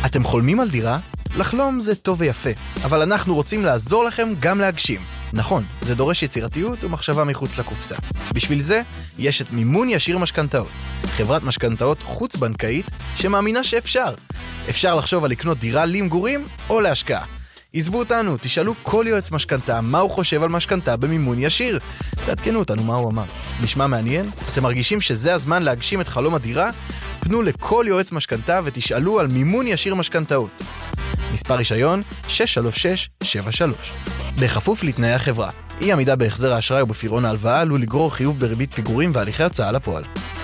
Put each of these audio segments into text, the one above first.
אתם חולמים על דירה? לחלום זה טוב ויפה, אבל אנחנו רוצים לעזור לכם גם להגשים. נכון, זה דורש יצירתיות ומחשבה מחוץ לקופסה. בשביל זה, יש את מימון ישיר משכנתאות. חברת משכנתאות חוץ-בנקאית שמאמינה שאפשר. אפשר לחשוב על לקנות דירה למגורים או להשקעה. עזבו אותנו, תשאלו כל יועץ משכנתה מה הוא חושב על משכנתה במימון ישיר. תעדכנו אותנו מה הוא אמר. נשמע מעניין? אתם מרגישים שזה הזמן להגשים את חלום הדירה? פנו לכל יועץ משכנתה ותשאלו על מימון ישיר משכנתאות. מספר רישיון 63673. בכפוף לתנאי החברה. אי עמידה בהחזר האשראי ובפירעון ההלוואה עלול לגרור חיוב בריבית פיגורים והליכי הוצאה לפועל.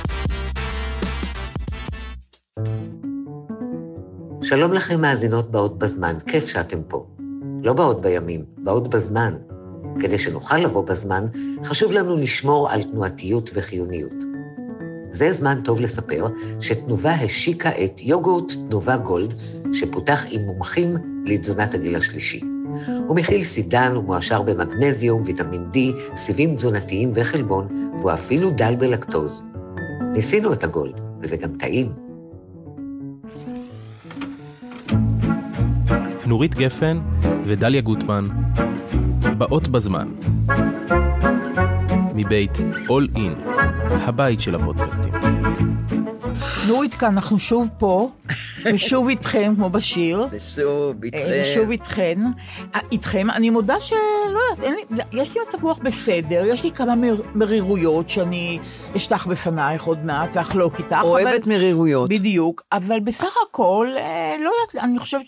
שלום לכם מאזינות באות בזמן, כיף שאתם פה. לא באות בימים, באות בזמן. כדי שנוכל לבוא בזמן, חשוב לנו לשמור על תנועתיות וחיוניות. זה זמן טוב לספר שתנובה השיקה את יוגורט תנובה גולד, שפותח עם מומחים לתזונת הגיל השלישי. הוא מכיל סידן ומועשר במגנזיום, ויטמין D, סיבים תזונתיים וחלבון, והוא אפילו דל בלקטוז. ניסינו את הגולד, וזה גם טעים. נורית גפן ודליה גוטמן, באות בזמן. מבית All In, הבית של הפודקאסטים. נורית כאן, אנחנו שוב פה, ושוב איתכם, כמו בשיר. ושוב איתכם. אני מודה שלא יודעת, יש לי מצב רוח בסדר, יש לי כמה מרירויות שאני אשטח בפנייך עוד מעט, ואחלוק איתך. אוהבת מרירויות. בדיוק, אבל בסך הכל, לא יודעת, אני חושבת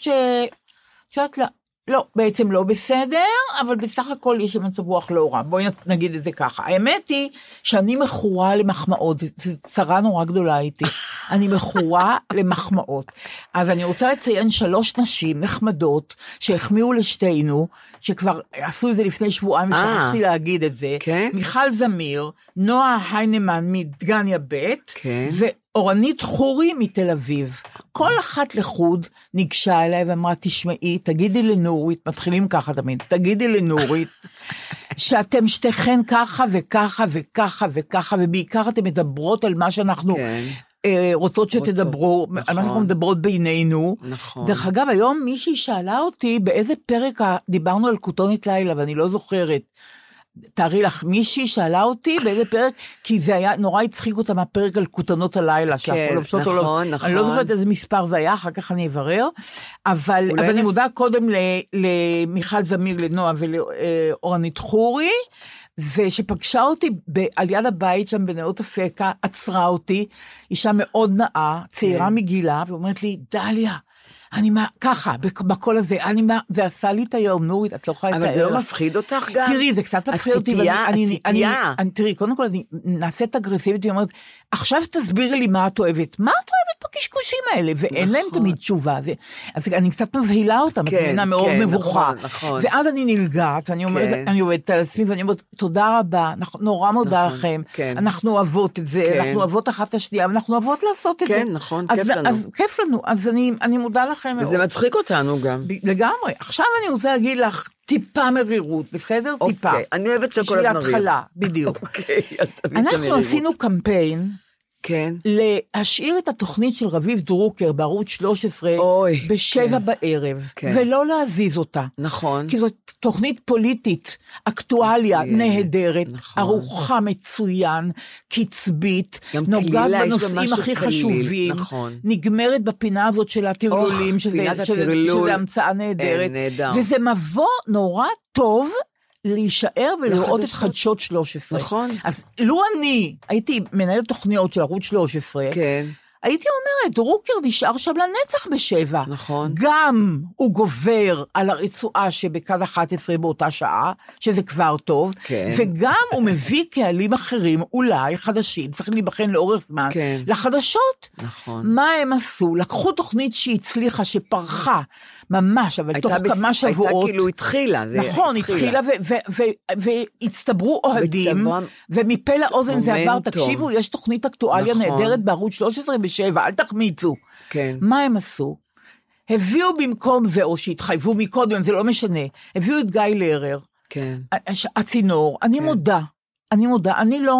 לא, בעצם לא בסדר, אבל בסך הכל יש מצב רוח לא רע. בואי נגיד את זה ככה. האמת היא שאני מכורה למחמאות, זו צרה נורא גדולה איתי. אני מכורה למחמאות. אז אני רוצה לציין 3 נשים נחמדות, שהחמיאו לשתינו, שכבר עשו את זה לפני שבועיים, ושכחתי להגיד את זה. מיכל זמיר, נועה היינמן מדגניה ב', אורנית חורי מתל אביב. כל אחת לחוד ניגשה אליי ואמרה, תשמעי, תגידי לנורית, מתחילים ככה תמיד, תגידי לנורית, שאתם שתיכן ככה וככה וככה וככה, ובעיקר אתם מדברות על מה שאנחנו רוצות שתדברו, על מה שאנחנו מדברות בינינו. דרך אגב, היום מישהי שאלה אותי, באיזה פרק דיברנו על כותונת לילה, ואני לא זוכרת. תארי לך, מישהי שאלה אותי באיזה פרק, כי זה היה, נורא הצחיק אותה מהפרק על כותנות הלילה, נכון. אני לא זוכרת איזה מספר זה היה, אחר כך אני אברר, אבל אני מודה קודם למיכל זמיר, לנועה ולאורנית חורי, ושפגשה אותי על יד הבית שם בנאות אפקה, עצרה אותי, אישה מאוד נאה, צעירה מגילה, ואומרת לי, דליה, אני ככה, בקול הזה, זה עשה לי את היום, נורית, את לא יכולה לתאר. אבל זה לא מפחיד אותך גם? תראי, זה קצת מפחיד אותי. הציפייה. תראי, קודם כל, אני נעשית אגרסיבית, והיא אומרת, עכשיו תסבירי לי מה את אוהבת. מה את אוהבת בקשקושים האלה? ואין להם תמיד תשובה. אז אני קצת מבהילה אותם, את מבינה מאוד מבוכה. ואז אני נלגעת, ואני עובדת על עצמי, ואני אומרת, תודה רבה, נורא מודה לכם, אנחנו אוהבות את זה, אנחנו אוהבות אחת השנייה, אנחנו אוהבות לעשות את זה. כן, נכון, כיף לנו. אז כיף לנו, אז אני מודה לכם. וזה מצחיק אותנו גם. לגמרי. עכשיו אני רוצה להגיד לך טיפה מרירות, בסדר? טיפה. אני אוהבת שוקולד מריר. בשביל ההתחלה, בדיוק. אנחנו עשינו קמפיין, להשאיר את התוכנית של רביב דרוקר בערוץ 13 ב7 בערב, ולא להזיז אותה. נכון. כי זאת תוכנית פוליטית, אקטואליה נהדרת, ארוחה מצוין, קצבית, נוגעת בנושאים הכי חשובים, נגמרת בפינה הזאת של הטרלולים, שזה המצאה נהדרת, וזה מבוא נורא טוב, להישאר ולראות את חדשות 13. נכון. אז לו אני הייתי מנהלת תוכניות של ערוץ 13, כן. הייתי אומרת, דרוקר נשאר שם לנצח ב7. נכון. גם הוא גובר על הרצועה שבכאן 11 באותה שעה, שזה כבר טוב, כן. וגם הוא מביא קהלים אחרים, אולי חדשים, צריכים להיבחן לאורך זמן, כן. לחדשות. נכון. מה הם עשו? לקחו תוכנית שהצליחה, שפרחה, ממש, אבל תוך כמה שבועות. הייתה כאילו התחילה. נכון, התחילה, והצטברו אוהדים, ומפה לאוזן זה עבר, תקשיבו, יש תוכנית אקטואליה נהדרת בערוץ 13 ב7, אל תחמיצו. כן. מה הם עשו? הביאו במקום זה, או שהתחייבו מקודם, זה לא משנה, הביאו את גיא לרר, כן. הצינור, אני מודה, אני לא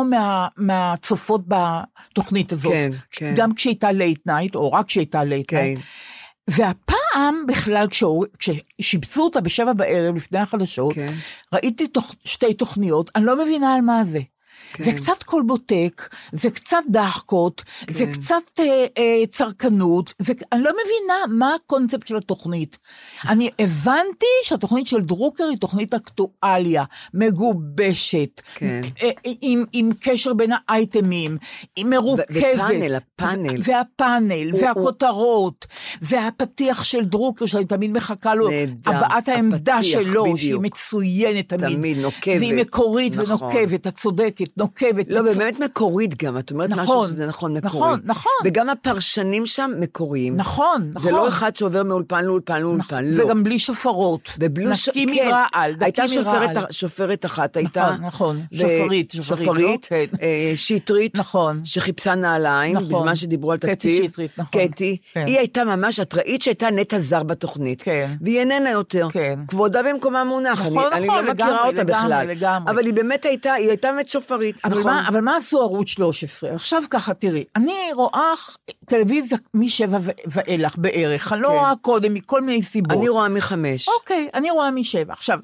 מהצופות בתוכנית הזאת, כן. גם כשהייתה לייט נייט, או רק כשהייתה לייט נייט, והפעם בכלל, כששיבצו אותה ב7 בערב לפני החדשות, כן. ראיתי שתי תוכניות, אני לא מבינה על מה זה. כן. זה קצת קולבוטק, זה קצת דחקות, כן. זה קצת צרכנות, אני לא מבינה מה הקונספט של התוכנית. אני הבנתי שהתוכנית של דרוקר היא תוכנית אקטואליה, מגובשת, כן. עם קשר בין האייטמים, היא מרוכזת. הפאנל. והפאנל, והכותרות, והפתיח של דרוקר, שאני תמיד מחכה לו, הבעת העמדה שלו, בדיוק. שהיא מצוינת תמיד נוקבת. והיא מקורית נכון. ונוקבת, את צודקת. נוקבת. לא, באמת מקורית גם, את אומרת משהו שזה נכון, מקורי. נכון. וגם הפרשנים שם מקוריים. נכון. זה לא אחד שעובר מאולפן לאולפן, לא. וגם בלי שופרות. נקי מרעל. הייתה שופרת אחת, נכון, שופרית, שטרית, שחיפשה נעליים, בזמן שדיברו על תקציב. קטי, היא הייתה ממש, את ראית שהייתה נטע זר בתוכנית. והיא איננה יותר. כבודה במקומה מונח, אני לא מכירה אותה בכלל. אבל היא באמת הייתה באמת שופרית. אבל מה עשו ערוץ 13? עכשיו ככה, תראי, אני רואה טלוויזיה מ7 ואילך בערך, אני לא רואה קודם מכל מיני סיבות. אני רואה מ5. אוקיי, אני רואה מ7. עכשיו,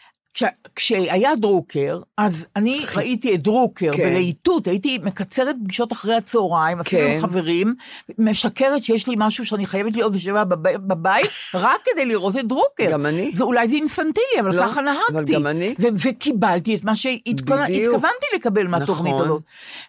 כשהיה דרוקר, אז אני ראיתי את דרוקר בלהיטות, הייתי מקצרת פגישות אחרי הצהריים, אפילו עם חברים, משקרת שיש לי משהו שאני חייבת להיות ב7 בבית, רק כדי לראות את דרוקר. גם אני. ואולי זה אינפנטילי, אבל ככה נהגתי. אבל גם אני. וקיבלתי את מה שהתכוונתי לקבל מהתוכנית הזאת.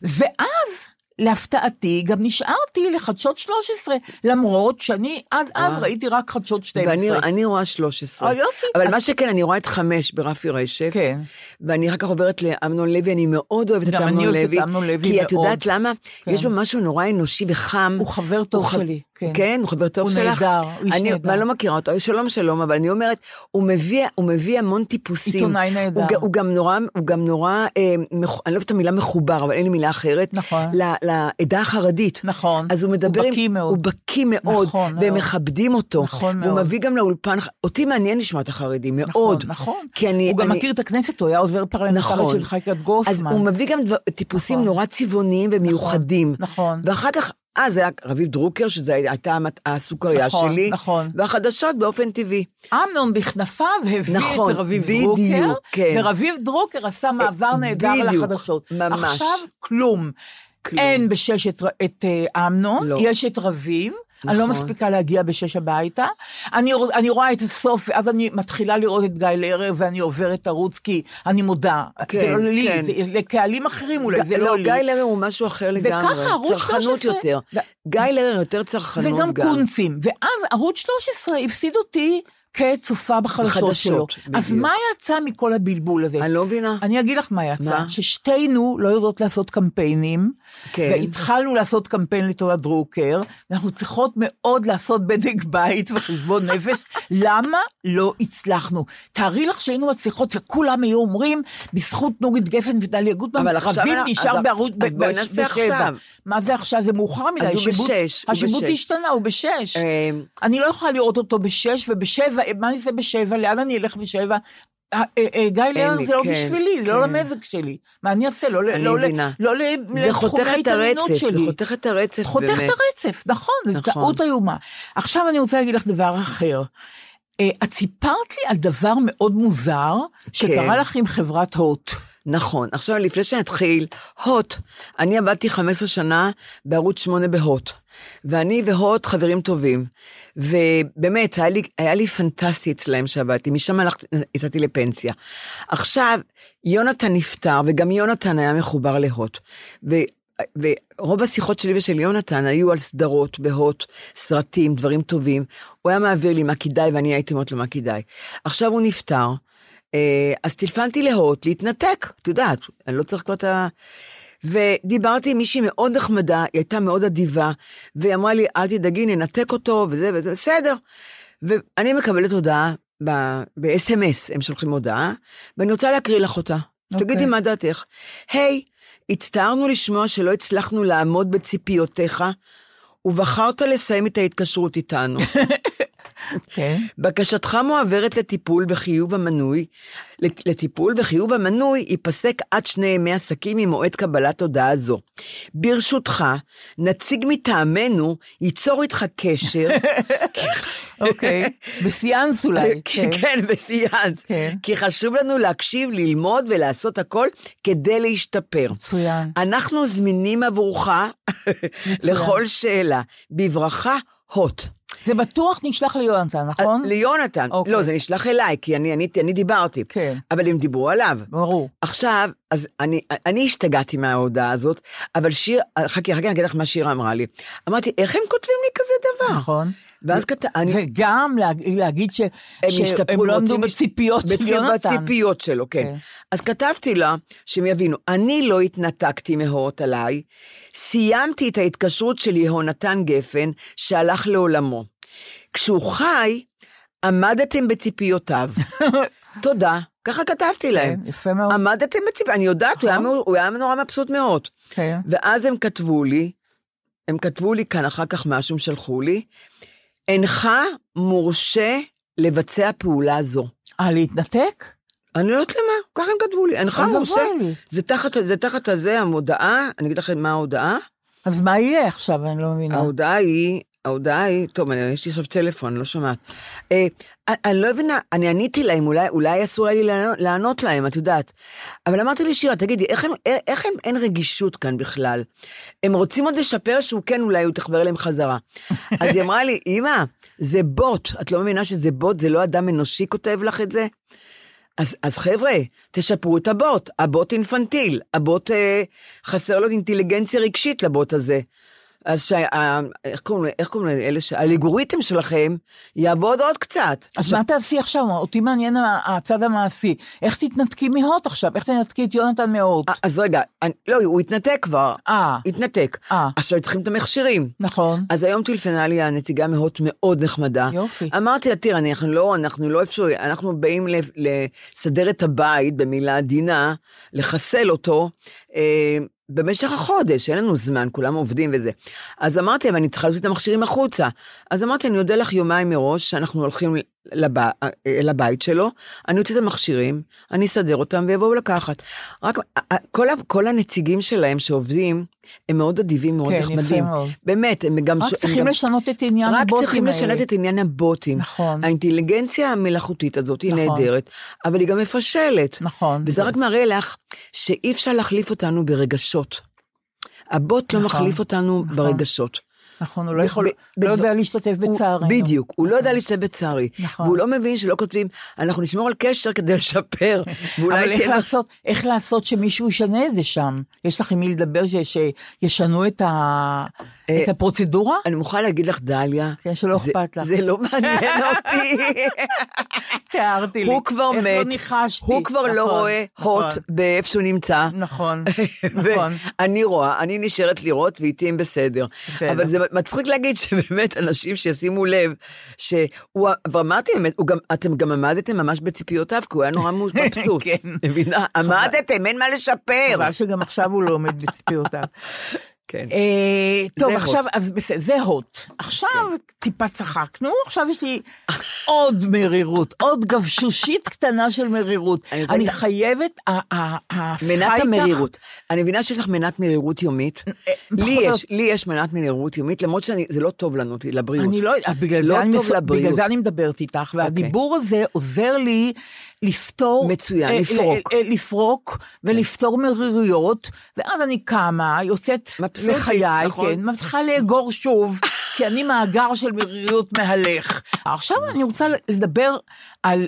ואז להפתעתי, גם נשארתי לחדשות 13, למרות שאני עד אז ראיתי רק חדשות 12. ואני רואה 13. יופי. אבל מה שכן, אני רואה את 5 ברפי רשף, ואני אחר כך עוברת לאמנון לוי, אני מאוד אוהבת את אמנון לוי, כי את יודעת למה? יש בו משהו נורא אנושי וחם. הוא חבר טוב שלי. כן, הוא חבר טוב שלך. הוא נהדר, ואני לא מכירה אותו, שלום, אבל אני אומרת, הוא מביא המון טיפוסים. עיתונאי נהדר. הוא גם נורא, אני לא אוהבת את המילה מחובר, אבל אין לי מילה אחרת. נכון. לעדה החרדית. נכון. אז הוא מדבר, הוא בקיא מאוד, והם מכבדים אותו. נכון מאוד. הוא מביא גם לאולפן, אותי מעניין לשמוע את החרדים, מאוד. נכון. הוא גם מכיר את הכנסת, הוא היה עוזר פרלמנטרי של חייקת גוסמן. אז הוא מביא גם טיפוסים נורא צבעוניים ומיוחדים. נכון. ואחר כך, זה היה רביב דרוקר, שזה הייתה הסוכריה שלי, והחדשות באופן טבעי. אמנון בכנפיו הביא את רביב דרוקר, ורביב דרוקר עשה מעבר נהדר לחדשות. עכשיו כלום. אין בשש את אמנון, יש את רביב, אני לא מספיקה להגיע ב6 הביתה, אני רואה את הסוף, ואז אני מתחילה לראות את גיא לרר, ואני עוברת ערוץ, כי אני מודה, זה לא לי, זה לקהלים אחרים אולי, זה לא לי. גיא לרר הוא משהו אחר לגמרי, וככה ערוץ 13, צרכנות יותר, גיא לרר יותר צרכנות גם. וגם קונצים, ואז ערוץ 13 הפסיד אותי, כצופה בחדשות שלו. אז מה יצא מכל הבלבול הזה? אני לא מבינה. אני אגיד לך מה יצא, ששתינו לא יודעות לעשות קמפיינים, והתחלנו לעשות קמפיין לטובת דרוקר, ואנחנו צריכות מאוד לעשות בדק בית וחשבון נפש, למה לא הצלחנו? תארי לך שהיינו מצליחות, וכולם היו אומרים, בזכות נורית גפן ודליה גוטמן, רביב נשאר בערוץ ב7. מה זה עכשיו? זה מאוחר מדי. אז הוא ב6. השיבוט השתנה, הוא ב6. אני לא יכולה לראות אותו ב6 וב7, מה אני אעשה ב7? לאן אני אלך ב7? גיא לרר זה לא בשבילי, זה לא למזג שלי. מה אני אעשה? לא לתחומי ההתעניינות שלי. זה חותך את הרצף. חותך את הרצף, נכון, זה טעות איומה. עכשיו אני רוצה להגיד לך דבר אחר. את סיפרת לי על דבר מאוד מוזר, שקרה לך עם חברת הוט. נכון, עכשיו לפני שנתחיל, הוט, אני עבדתי 15 שנה בערוץ 8 בהוט, ואני והוט חברים טובים, ובאמת היה לי פנטסטי אצלהם שעבדתי, משם יצאתי לפנסיה. עכשיו, יונתן נפטר, וגם יונתן היה מחובר להוט, ורוב השיחות שלי ושל יונתן היו על סדרות בהוט, סרטים, דברים טובים, הוא היה מעביר לי מה כדאי, ואני הייתי אומרת לו מה כדאי. עכשיו הוא נפטר, אז טלפנתי להוט, להתנתק, את יודעת, אני לא צריך כבר את ה... ודיברתי עם מישהי מאוד נחמדה, היא הייתה מאוד אדיבה, והיא אמרה לי, אל תדאגי, ננתק אותו, וזה, בסדר. ואני מקבלת הודעה ב-SMS, הם שולחים הודעה, ואני רוצה להקריא לך אותה. תגידי מה דעתך. היי, הצטערנו לשמוע שלא הצלחנו לעמוד בציפיותיך, ובחרת לסיים את ההתקשרות איתנו. כן. בקשתך מועברת לטיפול וחיוב המנוי, לטיפול וחיוב המנוי ייפסק עד 2 ימי עסקים ממועד קבלת הודעה זו. ברשותך, נציג מטעמנו ייצור איתך קשר. אוקיי, בסיאנס אולי. כן, בסיאנס. כי חשוב לנו להקשיב, ללמוד ולעשות הכל כדי להשתפר. מצוין. אנחנו זמינים עבורך לכל שאלה. בברכה, הוט. זה בטוח נשלח ליונתן, נכון? ליונתן. לא, זה נשלח אליי, כי אני דיברתי. כן. אבל הם דיברו עליו. ברור. עכשיו, אז אני השתגעתי מההודעה הזאת, אבל שיר, חכי, אני אגיד לך מה שיר אמרה לי. אמרתי, איך הם כותבים לי כזה דבר? נכון. ואז וגם להגיד שהם לא עמדו בציפיות של יונתן. בציפיות שלו, כן. אז כתבתי לה, שהם יבינו, אני לא התנתקתי מהות עליי, סיימתי את ההתקשרות של יהונתן גפן, שהלך לעולמו. כשהוא חי, עמדתם בציפיותיו. תודה. ככה כתבתי להם. יפה מאוד. עמדתם בציפיותיו, אני יודעת, הוא היה נורא מבסוט מאוד. ואז הם כתבו לי כאן אחר כך משהו שלחו לי, אינך מורשה לבצע פעולה זו. להתנתק? אני לא יודעת למה, ככה הם כתבו לי, אינך מורשה. זה תחת הזה, המודעה, אני אגיד לכם מה ההודעה. אז מה יהיה עכשיו, אני לא מבינה. ההודעה היא, טוב, יש לי עכשיו טלפון, אני לא שומעת. אני לא מבינה, אני עניתי להם, אולי אסור לי לענות להם, את יודעת. אבל אמרתי לי, שירה, תגידי, איך אין רגישות כאן בכלל? הם רוצים עוד לשפר שהוא כן, אולי הוא תחבר אליהם חזרה. אז היא אמרה לי, אמא, זה בוט, את לא מבינה שזה בוט, זה לא אדם אנושי כותב לך את זה? אז חבר'ה, תשפרו את הבוט אינפנטיל, הבוט חסר לו אינטליגנציה רגשית לבוט הזה. אז איך קוראים לאלה, האלגוריתם שלכם יעבוד עוד קצת. אז מה תעשי עכשיו? אותי מעניין הצד המעשי. איך תתנתקי מהוט עכשיו? איך תנתקי את יונתן מהוט? אז רגע, לא, הוא התנתק כבר. התנתק. עכשיו צריכים את המכשירים. נכון. אז היום טלפנה לי הנציגה מהוט מאוד נחמדה. יופי. אמרתי לה, תראה, אנחנו לא אפשרי, אנחנו באים לסדר את הבית במילה עדינה, לחסל אותו, במשך החודש, אין לנו זמן, כולם עובדים וזה. אז אמרתי, אבל אני צריכה להוציא את המכשירים החוצה. אז אמרתי, אני יודע לך יומיים מראש, שאנחנו הולכים לבית שלו, אני אוציא את המכשירים, אני אסדר אותם ויבואו לקחת. רק, כל הנציגים שלהם שעובדים, הם מאוד אדיבים, מאוד נחמדים. באמת, הם גם... רק צריכים לשנות את עניין הבוטים האלה. רק צריכים לשנות את עניין הבוטים. נכון. האינטליגנציה המלאכותית הזאת היא נהדרת, אבל היא גם מפשלת. נכון. וזה רק מראה לך שאי אפשר להחליף אותנו ברגשות. הבוט לא מחליף אותנו ברגשות. נכון, הוא לא יודע להשתתף בצערי. בדיוק, הוא לא יודע להשתתף בצערי. והוא לא מבין שלא כותבים, אנחנו נשמור על קשר כדי לשפר. אבל איך לעשות שמישהו ישנה את זה שם? יש לכם מי לדבר שישנו את הפרוצדורה? אני מוכרחה להגיד לך, דליה, כן, שלא אכפת לך. זה לא מעניין אותי. תיארתי לי. הוא כבר מת, הוא כבר לא רואה הוט באיפה שהוא נמצא. נכון. ואני רואה, אני נשארת לראות ואיתי הם בסדר. אבל זה מצחיק להגיד שבאמת אנשים שישימו לב, ואמרתי, אתם גם עמדתם ממש בציפיותיו, כי הוא היה נורא מבסוט. מבינה? עמדתם, אין מה לשפר. אבל שגם עכשיו הוא לא עומד בציפיותיו. כן. טוב, עכשיו, אז זה הוט. עכשיו טיפה צחקנו, עכשיו יש לי עוד מרירות, עוד גבשושית קטנה של מרירות. אני חייבת, מנת המרירות. אני מבינה שיש לך מנת מרירות יומית. לי יש מנת מרירות יומית, למרות שזה לא טוב לנו, לבריאות. אני לא, בגלל זה אני מדברת איתך, והדיבור הזה עוזר לי לפתור, מצוין, לפרוק ולפתור מרירויות, ואז אני קמה, יוצאת לחיי, כן, מתחילה לאגור שוב, כי אני מאגר של מרירויות מהלך. עכשיו אני רוצה לדבר על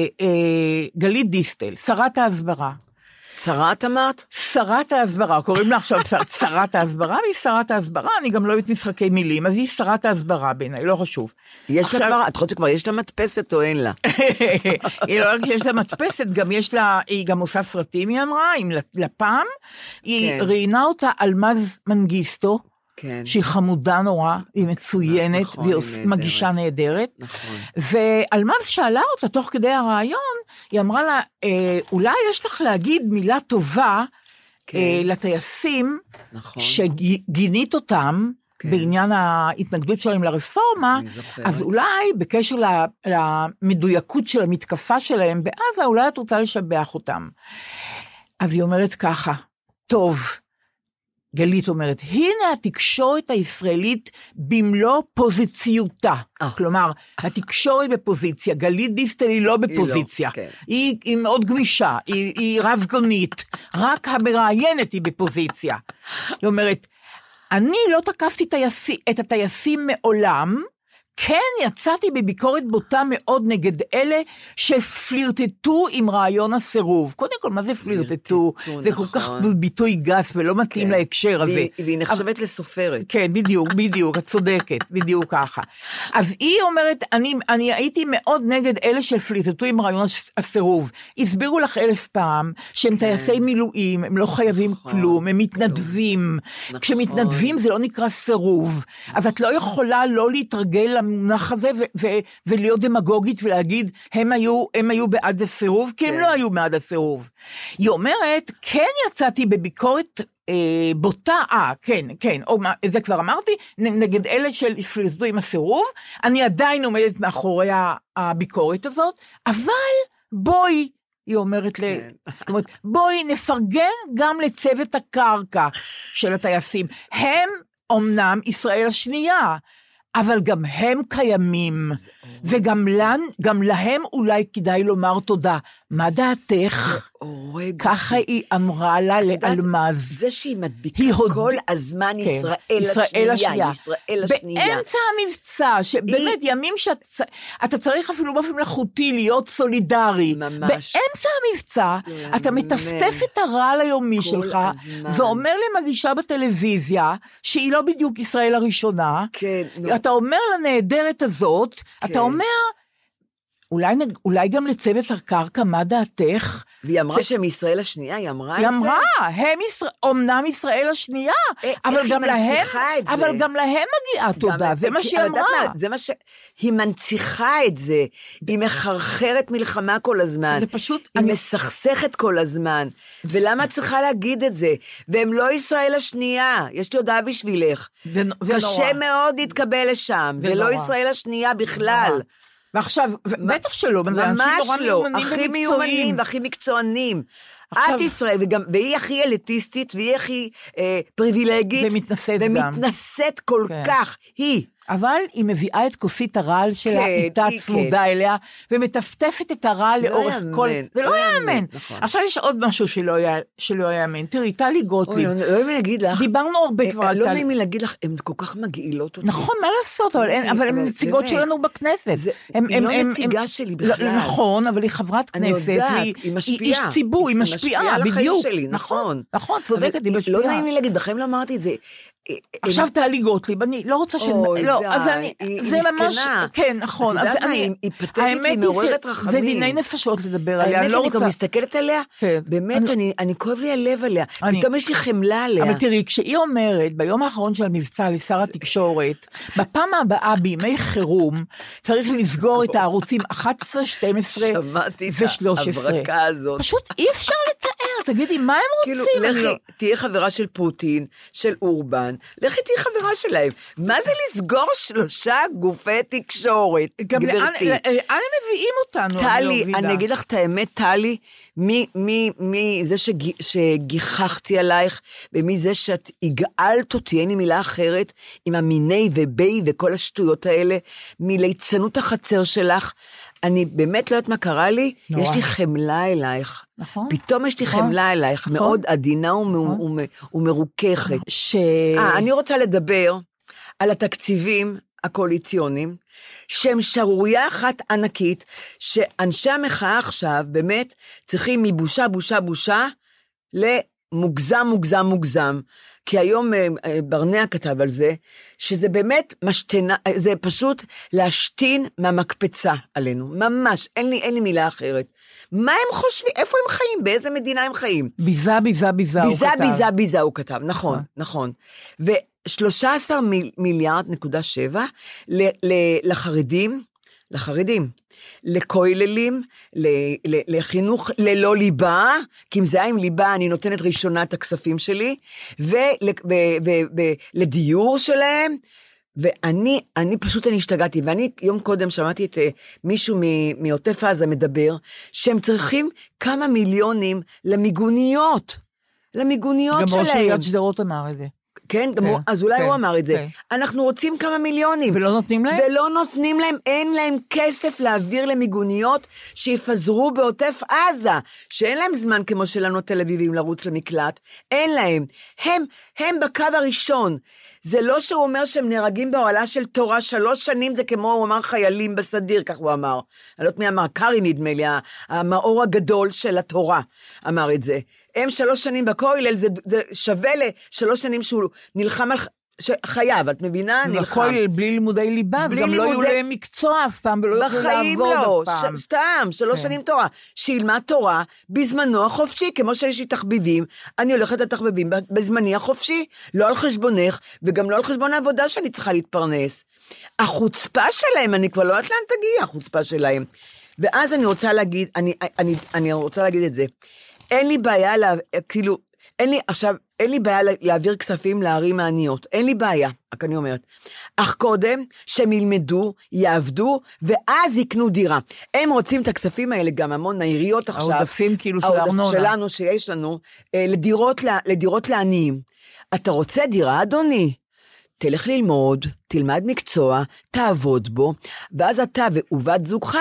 גלית דיסטל, שרת ההסברה. שרת אמרת? שרת ההסברה, קוראים לה עכשיו שרת ההסברה, והיא שרת ההסברה, אני גם לא אוהבת משחקי מילים, אז היא שרת ההסברה בעיניי, לא חשוב. יש לה כבר, את חושבת שכבר יש לה מדפסת או אין לה? היא לא רק שיש לה מדפסת, גם יש לה, היא גם עושה סרטים, היא אמרה, עם לפ"ם, היא ראיינה אותה אלמז מנגיסטו, שהיא חמודה נורא, היא מצוינת, והיא מגישה נהדרת, ואלמז שאלה אותה תוך כדי הרעיון, היא אמרה לה, אולי יש לך להגיד מילה טובה לטייסים, שגינית אותם, בעניין ההתנגדות שלהם לרפורמה, אז אולי בקשר למדויקות של המתקפה שלהם בעזה, אולי את רוצה לשבח אותם. אז היא אומרת ככה, טוב, גלית אומרת, הנה התקשורת הישראלית במלוא פוזיציותה. כלומר, התקשורת בפוזיציה, גלית דיסטל היא לא בפוזיציה. היא מאוד גמישה, היא רב-גונית, רק המראיינת היא בפוזיציה. היא אומרת, אני לא תקפתי את הטייסים מעולם, כן יצאתי בביקורת בוטה מאוד נגד אלה שפלירטטו עם רעיון הסירוב. קודם כל, מה זה פלירטטו? זה כל כך ביטוי גס ולא מתאים להקשר הזה. והיא נחשבת לסופרת. כן, בדיוק, את צודקת, בדיוק ככה. אז היא אומרת, אני הייתי מאוד נגד אלה שפלירטטו עם רעיון הסירוב. הסבירו לך 1000 פעם שהם טייסי מילואים, הם לא חייבים כלום, הם מתנדבים. כשמתנדבים זה לא נקרא סירוב. אז את לא יכולה לא להתרגל המונח הזה, ולהיות דמגוגית ולהגיד, הם היו בעד הסירוב, כי הם לא היו בעד הסירוב. היא אומרת, כן יצאתי בביקורת בוטה, כן, זה כבר אמרתי, נגד אלה שפלירטטו עם הסירוב, אני עדיין עומדת מאחורי הביקורת הזאת, אבל בואי, היא אומרת, בואי נפרגן גם לצוות הקרקע של הטייסים, הם אומנם ישראל השנייה, אבל גם הם קיימים, וגם להם אולי כדאי לומר תודה. מה דעתך? ככה היא אמרה לה לאלמז. זה שהיא מדביקה כל הזמן ישראל השנייה. באמצע המבצע, שבאמת ימים שאתה צריך אפילו באופן מלאכותי להיות סולידרי. באמצע המבצע, אתה מטפטף את הרעל היומי שלך, ואומר למגישה בטלוויזיה, שהיא לא בדיוק ישראל הראשונה, אתה אומר לנהדרת הזאת, אתה אומר, אולי גם לצוות הקרקע, מה דעתך? והיא אמרה שהם ישראל השנייה, היא אמרה את זה? היא אמרה, הם אומנם ישראל השנייה, אבל גם להם מגיעה תודה, זה מה שהיא אמרה. היא מנציחה את זה, היא מחרחרת מלחמה כל הזמן, היא מסכסכת כל הזמן, ולמה צריכה להגיד את זה? והם לא ישראל השנייה, יש לי הודעה בשבילך, קשה מאוד להתקבל לשם, זה לא ישראל השנייה בכלל. ועכשיו, בטח שלא, ממש לא, הכי מיומנים והכי מקצוענים. את ישראל, והיא הכי אליטיסטית, והיא הכי פריבילגית, ומתנשאת כל כך, היא. אבל היא מביאה את כוסית הרעל שלה, איתה צמודה אליה, ומטפטפת את הרעל לאורך כל... זה לא יאמן. עכשיו יש עוד משהו שלא יאמן. תראי, טלי גוטליב. לא יאמן להגיד לך. דיברנו הרבה כבר על טלי. לא נעים להגיד לך, הן כל כך מגעילות אותי. נכון, מה לעשות, אבל הן נציגות שלנו בכנסת. היא לא נציגה שלי בכלל. נכון, אבל היא חברת כנסת. אני יודעת, היא משפיעה. איש ציבור, היא משפיעה, בדיוק. נכון. נכון, צודקת, היא משפיעה. לא נעים לי להגיד, בכם לא אמרתי את זה. עכשיו טלי גוטליב, אני לא רוצה זה ממש, כן, נכון, את יודעת מה, היא פתטית, היא מעוררת רחמים. זה דיני נפשות לדבר עליה, האמת, אני גם מסתכלת עליה, באמת, אני כואב לי הלב עליה, פתאום יש לי חמלה עליה. אבל תראי, כשהיא אומרת, ביום האחרון של המבצע לשר התקשורת, בפעם הבאה בימי חירום, צריך לסגור את הערוצים 11, 12 ו-13. שמעתי את הברקה הזאת. פשוט אי אפשר לתאר, תגידי, מה הם רוצים? לכי, תהיה חברה של פוטין, של אורבן, לכי תהיה חברה שלהם. מה זה לסגור 3 גופי תקשורת, גברתי? לאן הם מביאים אותנו? טלי, אני אגיד לך את האמת, טלי, מי זה שגיחכתי עלייך, ומי זה שאת הגעלת אותי, אין לי מילה אחרת, עם המיני ובי וכל השטויות האלה, מליצנות החצר שלך, אני באמת לא יודעת מה קרה לי, יש לי חמלה אלייך. נכון. פתאום יש לי חמלה אלייך, מאוד עדינה ומרוככת. אני רוצה לדבר על התקציבים הקואליציוניים, שהם שערורייה אחת ענקית, שאנשי המחאה עכשיו באמת צריכים מבושה, בושה, בושה, למוגזם, מוגזם, מוגזם. כי היום ברנע כתב על זה, שזה באמת משתנה, זה פשוט להשתין מהמקפצה עלינו, ממש, אין לי מילה אחרת. מה הם חושבים, איפה הם חיים, באיזה מדינה הם חיים? ביזה, ביזה, ביזה, הוא כתב. ביזה, ביזה, ביזה, הוא כתב, נכון, נכון. ו13.7 מיליארד לחרדים, לחרדים, לכוללים, לחינוך ללא ליבה, כי אם זה היה עם ליבה, אני נותנת ראשונה את הכספים שלי, ולדיור שלהם, ואני פשוט השתגעתי, ואני יום קודם שמעתי את מישהו מעוטף עזה מדבר, שהם צריכים כמה מיליונים למיגוניות שלהם. גם ראש עיריית שדרות אמר את זה. כן, אז אולי הוא אמר את זה. אנחנו רוצים כמה מיליונים. ולא נותנים להם? ולא נותנים להם, אין להם כסף להעביר למיגוניות שיפזרו בעוטף עזה, שאין להם זמן כמו שלנו תל אביבים לרוץ למקלט, אין להם. הם בקו הראשון. זה לא שהוא אומר שהם נהרגים באוהלה של תורה 3 שנים, זה כמו הוא אמר חיילים בסדיר, כך הוא אמר. אני לא יודעת מי אמר, קרי נדמה לי, המאור הגדול של התורה אמר את זה. הם 3 שנים בכולל, זה שווה ל3 שנים שהוא נלחם על חייו, את מבינה? בכולל בלי לימודי ליבה, וגם לא יהיו להם מקצוע אף פעם, ולא יוכלו לעבוד אף פעם. סתם, 3 שנים תורה. שילמה תורה בזמנו החופשי, כמו שיש לי תחביבים, אני הולכת לתחביבים בזמני החופשי, לא על חשבונך, וגם לא על חשבון העבודה שאני צריכה להתפרנס. החוצפה שלהם, אני כבר לא יודעת לאן תגיע, החוצפה שלהם. ואז אני רוצה להגיד, אני רוצה להגיד את זה. אין לי בעיה, כאילו, אין לי בעיה להעביר כספים לערים העניות, אין לי בעיה, רק אני אומרת. אך קודם שהם ילמדו, יעבדו, ואז יקנו דירה. הם רוצים את הכספים האלה גם המון מהעיריות עכשיו. העודפים כאילו של הארנונה. העודפים שלנו שיש לנו, לדירות לעניים. אתה רוצה דירה, אדוני? תלך ללמוד, תלמד מקצוע, תעבוד בו, ואז אתה ובת זוגך,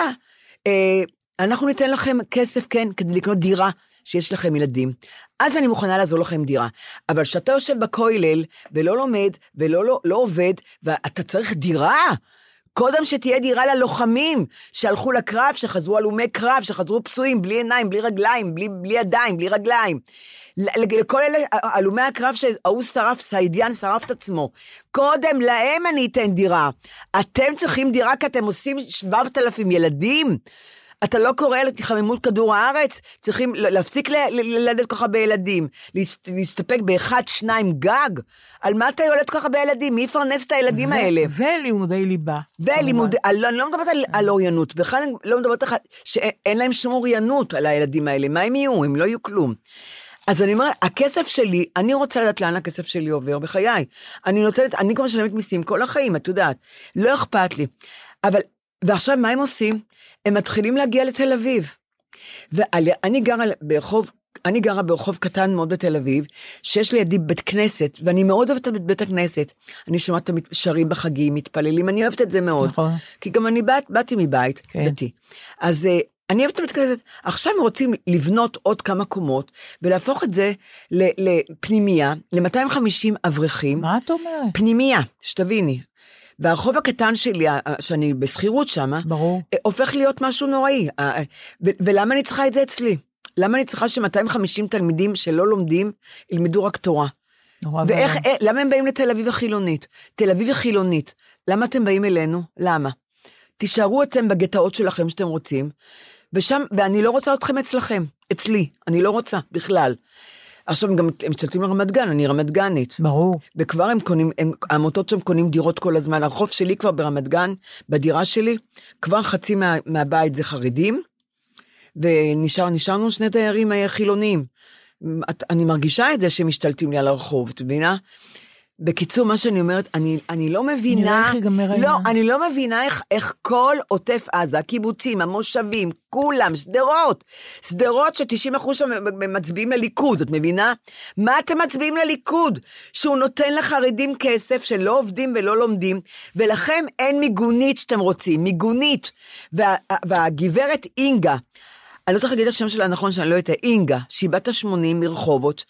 אנחנו ניתן לכם כסף, כן, כדי לקנות דירה, שיש לכם ילדים, אז אני מוכנה לעזור לכם דירה, אבל שאתה יושב בכולל, ולא לומד, ולא לא עובד, ואתה צריך דירה, קודם שתהיה דירה ללוחמים, שהלכו לקרב, שחזרו הלומי קרב, שחזרו פצועים, בלי עיניים, בלי רגליים, בלי ידיים, בלי רגליים, לכל אלה, הלומי הקרב שהוא שרף, סעידיאן שרף את עצמו, קודם להם אני אתן דירה, אתם צריכים דירה, כי אתם עושים 7,000 ילדים, אתה לא קורא לחמימות כדור הארץ, צריכים להפסיק ללדת ככה בילדים, להסתפק ב1-2 גג, על מה אתה יולד ככה בילדים? מי יפרנס את הילדים האלה? ולימודי ליבה. אני לא מדברת על אוריינות, בכלל אני לא מדברת על שאין להם שום אוריינות על הילדים האלה, מה הם יהיו? הם לא יהיו כלום. אז אני אומרת, הכסף שלי, אני רוצה לדעת לאן הכסף שלי עובר בחיי, אני כבר משלמת מיסים כל החיים, את יודעת, לא אכפת לי, אבל ועכשיו מה הם עושים? הם מתחילים להגיע לתל אביב. ואני גרה ברחוב קטן מאוד בתל אביב, שיש לידי בית כנסת, ואני מאוד אוהבת את בית הכנסת. אני שומעת את שרים בחגים, מתפללים, אני אוהבת את זה מאוד. נכון. כי גם אני באתי מבית דתי. אז אני אוהבת את בית כנסת. עכשיו הם רוצים לבנות עוד כמה קומות, ולהפוך את זה לפנימיה, ל-250 אברכים. מה את אומרת? פנימיה, שתביני. והרחוב הקטן שלי, שאני בסחירות שם, הופך להיות משהו נוראי. ולמה אני צריכה את זה אצלי? למה אני צריכה ש250 תלמידים שלא לומדים, ילמדו רק תורה? למה הם באים לתל אביב החילונית? תל אביב החילונית. למה אתם באים אלינו? למה? תישארו אתם בגטאות שלכם שאתם רוצים, ואני לא רוצה אתכם אצלי, אני לא רוצה בכלל. עכשיו הם משתלטים לרמת גן, אני רמת גנית. ברור. וכבר העמותות שם קונים דירות כל הזמן, הרחוב שלי כבר ברמת גן, בדירה שלי, כבר חצי מהבית זה חרדים, ונשארנו 2 דיירים חילוניים. אני מרגישה את זה שהם משתלטים לי על הרחוב, את מבינה? בקיצור, מה שאני אומרת, אני לא מבינה, אני לא מבינה איך כל עוטף עזה, הקיבוצים, המושבים, כולם, סדרות ש90% מצביעים לליכוד, את מבינה? מה אתם מצביעים לליכוד? שהוא נותן לחרדים כסף שלא עובדים ולא לומדים, ולכם אין מיגונית שאתם רוצים, מיגונית. והגברת אינגה, אני לא צריך להגיד את השם שלה נכון, שאני לא יודעת, אינגה, שהיא בת ה-80 מרחובות,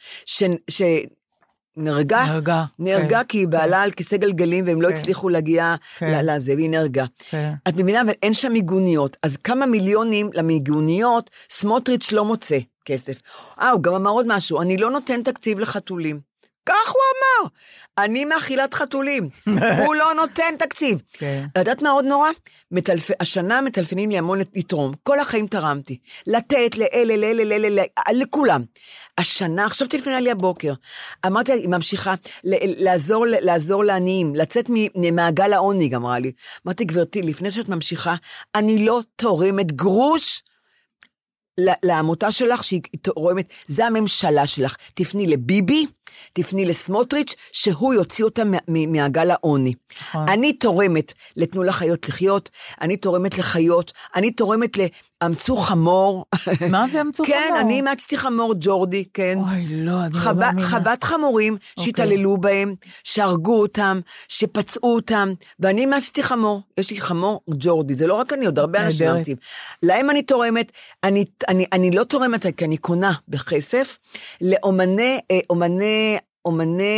נהרגה כי היא בעלה על כיסא גלגלים, והם לא הצליחו להגיע לזה, והיא נהרגה. את מבינה, אבל אין שם מיגוניות, אז כמה מיליונים למיגוניות, סמוטריץ' לא מוצא כסף. הוא גם אמר עוד משהו, אני לא נותן תקציב לחתולים. כך הוא אמר, אני מאכילת חתולים, הוא לא נותן תקציב. יודעת מה עוד נורא? השנה מטלפנים לי המון לתרום, כל החיים תרמתי, לתת לכולם. השנה, עכשיו טלפנה לי הבוקר, אמרתי, היא ממשיכה, לעזור לעניים, לצאת ממעגל העוני, גם אמרה לי. אמרתי, גברתי, לפני שאת ממשיכה, אני לא תורמת גרוש, לעמותה שלך שהיא תורמת, זה הממשלה שלך, תפני לביבי, תפני לסמוטריץ', שהוא יוציא אותה מעגל העוני. אני תורמת לתנו לחיות לחיות, אני תורמת לחיות, אני תורמת לאמצו חמור. מה זה אמצו חמור? כן, אני מצאתי חמור ג'ורדי, כן. אוי, לא, אני לא מאמינה. חוות חמורים שהתעללו בהם, שהרגו אותם, שפצעו אותם, ואני מצאתי חמור, יש לי חמור ג'ורדי, זה לא רק אני, עוד הרבה אנשים מצאים. להם אני תורמת, אני לא תורמת, כי אני קונה בכסף, לאומני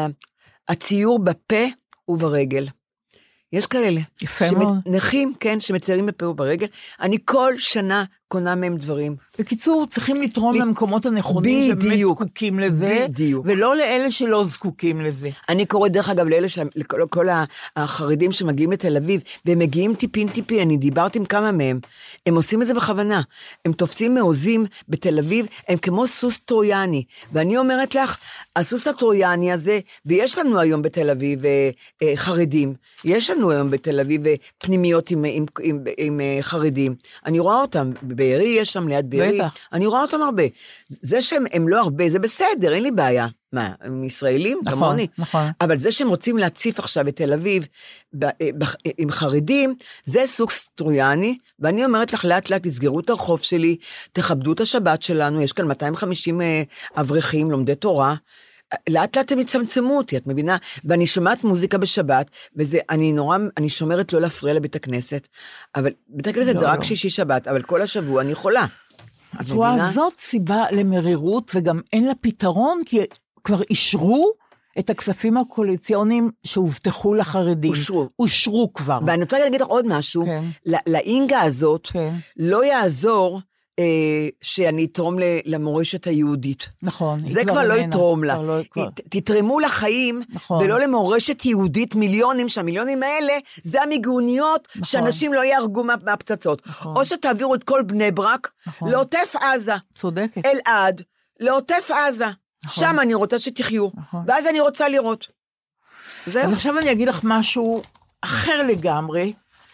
הציור בפה וברגל. יש כאלה. יפה מאוד. נכים, כן, שמציירים בפה וברגל. אני כל שנה קונה מהם דברים. בקיצור, צריכים לתרום למקומות הנכונים שבאמת זקוקים לזה, ולא לאלה שלא זקוקים לזה. אני קוראת דרך אגב לאלה, לכל החרדים שמגיעים לתל אביב, והם מגיעים טיפין, אני דיברתי עם כמה מהם, הם עושים את זה בכוונה, הם תופסים מעוזים בתל אביב, הם כמו סוס טרויאני, ואני אומרת לך, הסוס הטרויאני הזה, ויש לנו היום בתל אביב חרדים, יש לנו היום בתל אביב פנימיות עם חרדים, אני רואה אותם, בבארי יש שם ליד בארי, אני רואה אותם הרבה, זה שהם לא הרבה, זה בסדר, אין לי בעיה, מה, הם ישראלים? נכון, כמוני. נכון. אבל זה שהם רוצים להציף עכשיו את תל אביב, עם חרדים, זה סוג טרויאני, ואני אומרת לך, לאט לאט תסגרו את הרחוב שלי, תכבדו את השבת שלנו, יש כאן 250 אברכים, לומדי תורה, לאט לאט הם יצמצמו אותי, את מבינה? ואני שומעת מוזיקה בשבת, וזה, אני שומרת לא להפריע לבית הכנסת, אבל בית הכנסת זה רק שישי שבת, אבל כל השבוע אני יכולה. את רואה, זאת סיבה למרירות, וגם אין לה פתרון, כי כבר אישרו את הכספים הקואליציוניים שהובטחו לחרדים. אושרו כבר. ואני רוצה להגיד לך עוד משהו, לאינגה הזאת, לא יעזור, שאני אתרום למורשת היהודית. נכון. זה כבר לא יתרום לה. תתרמו לחיים, ולא למורשת יהודית מיליונים, שהמיליונים האלה, זה המיגוניות, שאנשים לא יהרגו מהפצצות. או שתעבירו את כל בני ברק, לעוטף עזה. צודקת. אלעד, לעוטף עזה. שם אני רוצה שתחיו. ואז אני רוצה לראות. אז עכשיו אני אגיד לך משהו אחר לגמרי,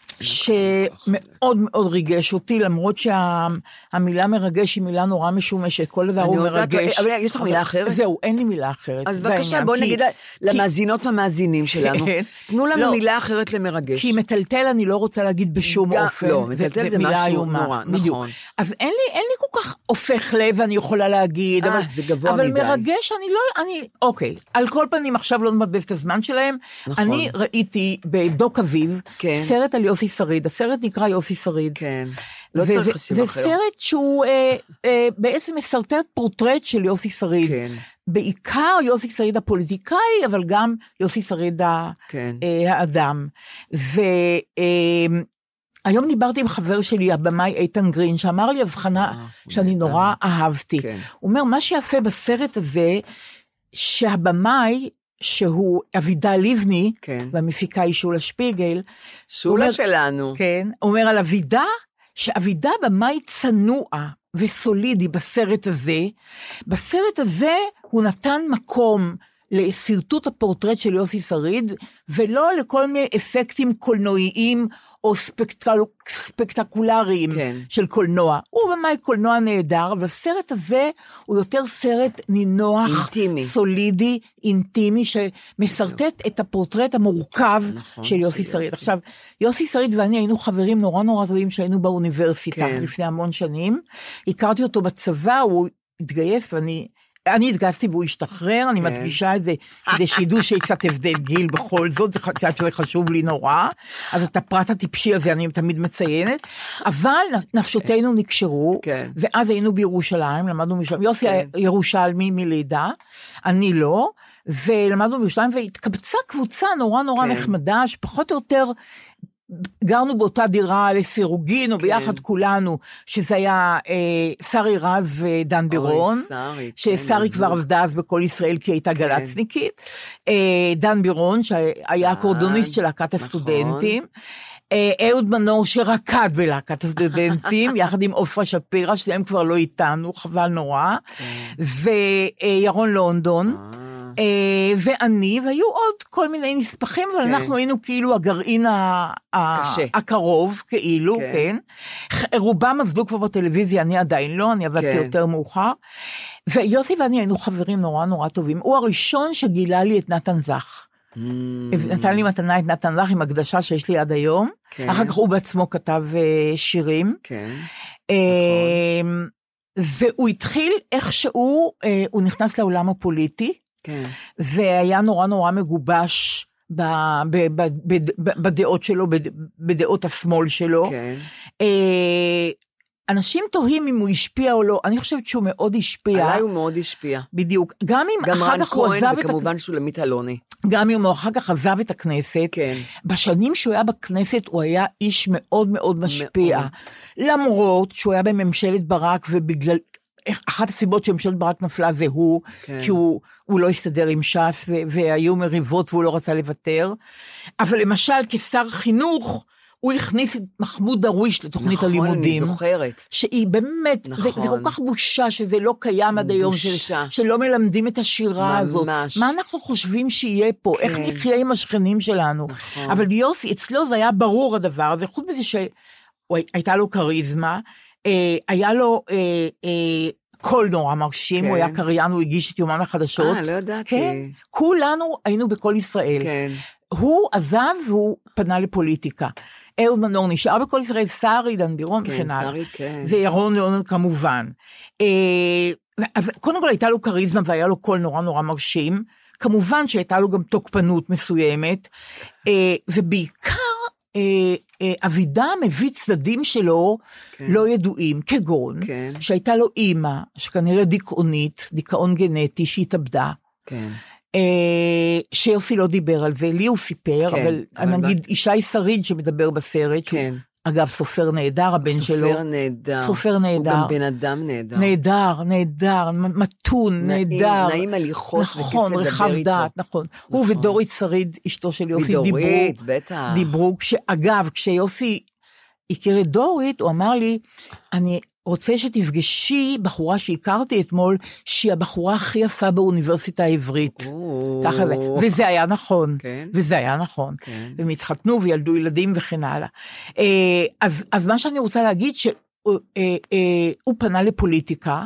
שמאוד מאוד ריגש אותי, למרות שהמילה מרגש היא מילה נורא משומשת, כל דבר הוא מרגש. אבל יש לך מילה אחרת? זהו, אין לי מילה אחרת. אז בבקשה, בואו נגיד למאזינות והמאזינים שלנו, תנו לנו מילה אחרת למרגש. כי מטלטל אני לא רוצה להגיד בשום אופן. לא, מטלטל זה משהו נורא, נכון. אז אין לי כל כך הופך לב, אני יכולה להגיד, זה גבוה מדי. אבל מרגש אוקיי, על כל פנים עכשיו לא נבזבז את הזמן שלהם, אני ראיתי בדוק אביב, סרט על יוסי שריד, הסרט נקרא יוסי שריד. כן, לא צריך חשיב אחר. זה סרט שהוא בעצם מסרטט פורטרט של יוסי שריד. כן. בעיקר יוסי שריד הפוליטיקאי, אבל גם יוסי שריד האדם. והיום דיברתי עם חבר שלי, הבמאי איתן גרין, שאמר לי הבחנה שאני נורא אהבתי. הוא אומר, מה שיפה בסרט הזה, שהבמאי, שהוא אבידה לבני, והמפיקה היא שולה שפיגל. שולה שלנו. כן, הוא אומר על אבידה, שאבידה במאי צנוע וסולידי בסרט הזה הוא נתן מקום לסרטוט הפורטרט של יוסי שריד, ולא לכל מיני אפקטים קולנועיים, או ספקטקולריים של קולנוע. הוא במאי קולנוע נהדר, אבל הסרט הזה הוא יותר סרט נינוח, סולידי, אינטימי, שמסרטט את הפורטרט המורכב של יוסי שריד. עכשיו, יוסי שריד ואני היינו חברים נורא נורא טובים שהיינו באוניברסיטה לפני המון שנים. הכרתי אותו בצבא, הוא התגייס אני התגייסתי והוא השתחרר, אני מדגישה את זה, כדי שידעו שקצת הבדל גיל בכל זאת, זה חשוב לי נורא, אז את הפרט הטיפשי הזה אני תמיד מציינת, אבל נפשותינו נקשרו, ואז היינו בירושלים, למדנו בירושלים, יוסי ירושלמי מלידה, אני לא, ולמדנו בירושלים, והתקבצה קבוצה נורא נורא נחמדה, שפחות או יותר גרנו באותה דירה לסירוגין, או ביחד כולנו, שזה היה שרי רז ודן בירון, ששרי כבר עבדה אז בכל ישראל, כי הייתה גלצניקית, דן בירון, שהיה הקורדוניסט של להקת הסטודנטים, אהוד מנור שרקד בלהקת הסטודנטים, יחד עם עופרה שפירא, שהם כבר לא איתנו, חבל נורא, וירון לונדון, ואני, והיו עוד כל מיני נספחים, אבל אנחנו היינו כאילו הגרעין הקרוב, כאילו, כן. רובם עבדו כבר בטלוויזיה, אני עדיין לא, אני עבדתי יותר מאוחר, ויוסי ואני היינו חברים נורא נורא טובים, הוא הראשון שגילה לי את נתן זך. נתן לי מתנה את נתן זך עם הקדשה שיש לי עד היום, אחר כך הוא בעצמו כתב שירים, והוא התחיל איכשהו, הוא נכנס לעולם הפוליטי, והיה נורא נורא מגובש בדעות שלו, בדעות השמאל שלו. אנשים תוהים אם הוא השפיע או לא, אני חושבת שהוא מאוד השפיע. עליי הוא מאוד השפיע. בדיוק. גם אם אחר כך הוא עזב את... וכמובן שולמית אלוני. גם אם הוא אחר כך עזב את הכנסת, בשנים שהוא היה בכנסת, הוא היה איש מאוד מאוד משפיע. למרות שהוא היה בממשלת ברק, ובגלל... אחת הסיבות שממשלת ברק נפלה זה הוא, כי הוא לא הסתדר עם ש"ס, והיו מריבות והוא לא רצה לוותר. אבל למשל, כשר חינוך, הוא הכניס את מחמוד דרוויש לתוכנית הלימודים. נכון, אני זוכרת. שהיא באמת, זה כל כך בושה שזה לא קיים עד היום, שלא מלמדים את השירה הזאת. מה אנחנו חושבים שיהיה פה? איך נחיה עם השכנים שלנו? אבל יוסי, אצלו זה היה ברור הדבר הזה, חוץ מזה שהייתה לו קריזמה, היה לו קול נורא מרשים, הוא היה קריין, הוא הגיש את יומן החדשות. לא ידעתי. כולנו היינו בכל ישראל. הוא עזב והוא פנה לפוליטיקה. אהוד מנור נשאר בכל ישראל, שרי, דן בירון וכן הלאה. וירון ליאונרד כמובן. אז קודם כל הייתה לו קריזמה והיה לו קול נורא נורא מרשים, כמובן שהייתה לו גם תוקפנות מסוימת, ובעיקר אבידה מביא צדדים שלו לא ידועים, כגון שהייתה לו אימא, שכנראה דיכאונית, דיכאון גנטי שהתאבדה, שיוסי לא דיבר על זה, לי הוא סיפר, אבל נגיד ישי שריד שמדבר בסרט, אגב, סופר נהדר, הבן שלו. סופר נהדר. הוא גם בן אדם נהדר. נהדר, מתון, נהדר. נעים הליכות, נכון, רחב דעת, נכון. הוא ודורית שריד, אשתו של יוסי, דיברו, אגב, כשיוסי הכיר את דורית, הוא אמר לי, אני רוצה שתפגשי בחורה שהכרתי אתמול, שהיא הבחורה הכי יפה באוניברסיטה העברית. וזה היה נכון. וזה היה נכון. והם התחתנו וילדו ילדים וכן הלאה. אז מה שאני רוצה להגיד, שהוא פנה לפוליטיקה,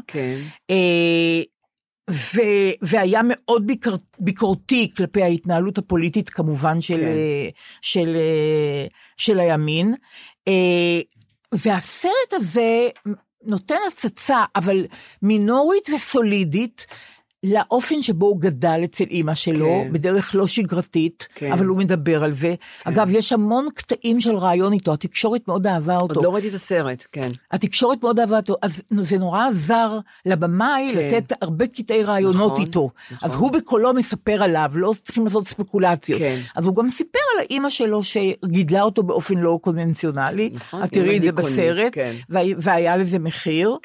והיה מאוד ביקורתי כלפי ההתנהלות הפוליטית, כמובן של הימין, והסרט הזה נותן הצצה, אבל מינורית וסולידית, לאופן שבו הוא גדל אצל אמא שלו, בדרך לא שגרתית, אבל הוא מדבר על זה. אגב, יש המון קטעים של רעיון איתו, התקשורת מאוד אהבה אותו. עוד לא ראיתי את הסרט, כן. התקשורת מאוד אהבה אותו, אז זה נורא עזר לבמאי לתת הרבה קטעי רעיונות איתו. אז הוא בקולו מספר עליו, לא צריכים לעשות ספקולציות. אז הוא גם סיפר על האמא שלו שגידלה אותו באופן לא קונבנציונלי, את תראי את זה בסרט, והיה לזה מחיר.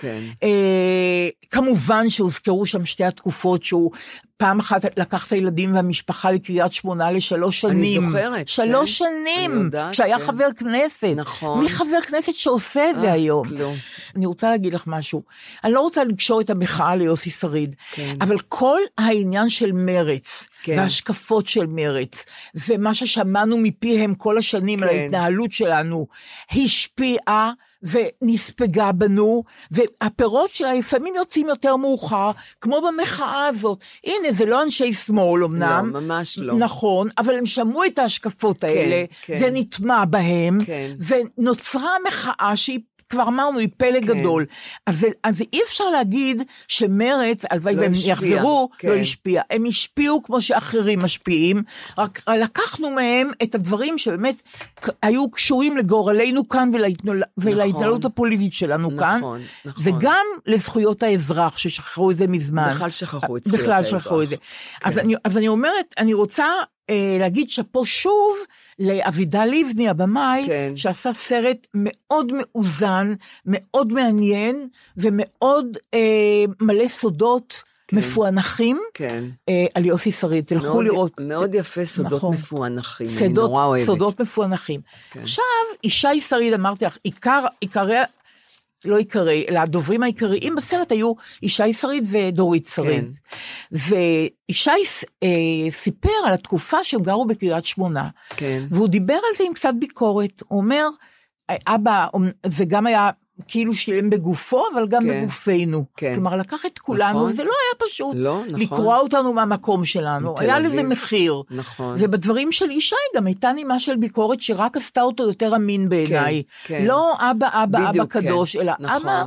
כמובן שהוזכרו שם שתי התקופות, שהוא פעם אחת לקח את הילדים והמשפחה לקריית שמונה ל3 שנים. אני זוכרת. 3 שנים, כשהיה חבר כנסת. נכון. מי חבר כנסת שעושה את זה היום? כלום. אני רוצה להגיד לך משהו. אני לא רוצה לקשור את המחאה ליוסי שריד, אבל כל העניין של מרץ, והשקפות של מרץ, ומה ששמענו מפיהם כל השנים על ההתנהלות שלנו, השפיעה ונספגה בנו, והפירות שלה לפעמים יוצאים יותר מאוחר, כמו במחאה הזאת. הנה, זה לא אנשי שמאל אמנם. לא, ממש לא. נכון, אבל הם שמעו את ההשקפות האלה, זה נטמע בהם, ונוצרה מחאה שהיא, כבר אמרנו, היא פלא גדול. אז אי אפשר להגיד שמרץ, הלוואי והם יחזרו, לא השפיע. הם השפיעו כמו שאחרים משפיעים, רק לקחנו מהם את הדברים שבאמת היו קשורים לגורלנו כאן ולהתנהלות הפוליטית שלנו כאן, וגם לזכויות האזרח ששכחו את זה מזמן. בכלל שכחו את זה. אז אני אומרת, אני רוצה להגיד שפה שוב לאבידה לבני, הבמאי, כן. שעשה סרט מאוד מאוזן, מאוד מעניין, ומאוד מלא סודות מפוענחים, כן. על יוסי שריד. תלכו לראות. מאוד יפה, סודות נכון. מפוענחים, אני נורא אוהבת. סודות מפוענחים. כן. עכשיו, ישי שריד, אמרתי לך, עיקרי, לא עיקרי, אלא הדוברים העיקריים בסרט היו ישי שריד ודורית שריד. כן. וישי סיפר על התקופה שהם גרו בקריית שמונה, כן. והוא דיבר על זה עם קצת ביקורת. הוא אומר, אבא, זה גם היה כאילו שילם בגופו, אבל גם כן. בגופנו. כן. כלומר, לקח את כולנו, נכון. וזה לא היה פשוט. לא, נכון. לקרוע אותנו מהמקום שלנו. מתל היה אביב. לזה מחיר. נכון. ובדברים של ישי גם הייתה נימה של ביקורת שרק עשתה אותו יותר אמין בעיניי. כן, כן. לא אבא, אבא, בדיוק, אבא קדוש, כן. אלא נכון. אבא.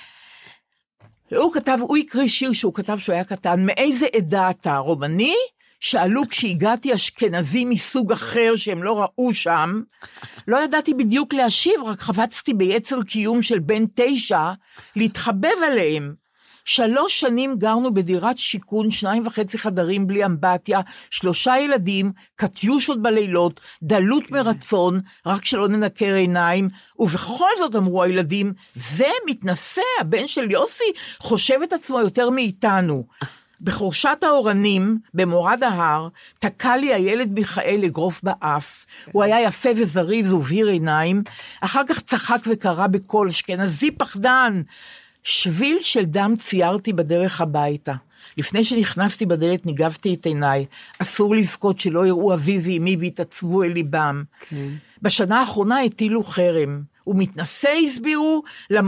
הוא הקריא שיר שהוא כתב שהוא היה קטן, מאיזה עדה אתה, רומני? שאלו כשהגעתי אשכנזים מסוג אחר שהם לא ראו שם, לא ידעתי בדיוק להשיב, רק חבצתי ביצר קיום של בן 9, להתחבב עליהם. 3 שנים גרנו בדירת שיכון, 2.5 חדרים בלי אמבטיה, 3 ילדים, קטיושות בלילות, דלות מרצון, רק שלא ננקר עיניים, ובכל זאת אמרו הילדים, זה מתנשא, הבן של יוסי חושב את עצמו יותר מאיתנו. בחורשת האורנים, במורד ההר, תקע לי הילד מיכאל לגרוף באף, הוא היה יפה וזריז ובהיר עיניים, אחר כך צחק וקרא בקול, אשכנזי פחדן, שביל של דם ציירתי בדרך הביתה. לפני שנכנסתי בדלת ניגבתי את עיניי, אסור לבכות שלא יראו אבי ואמי והתעצבו אל ליבם. בשנה האחרונה הטילו חרם, הסבירו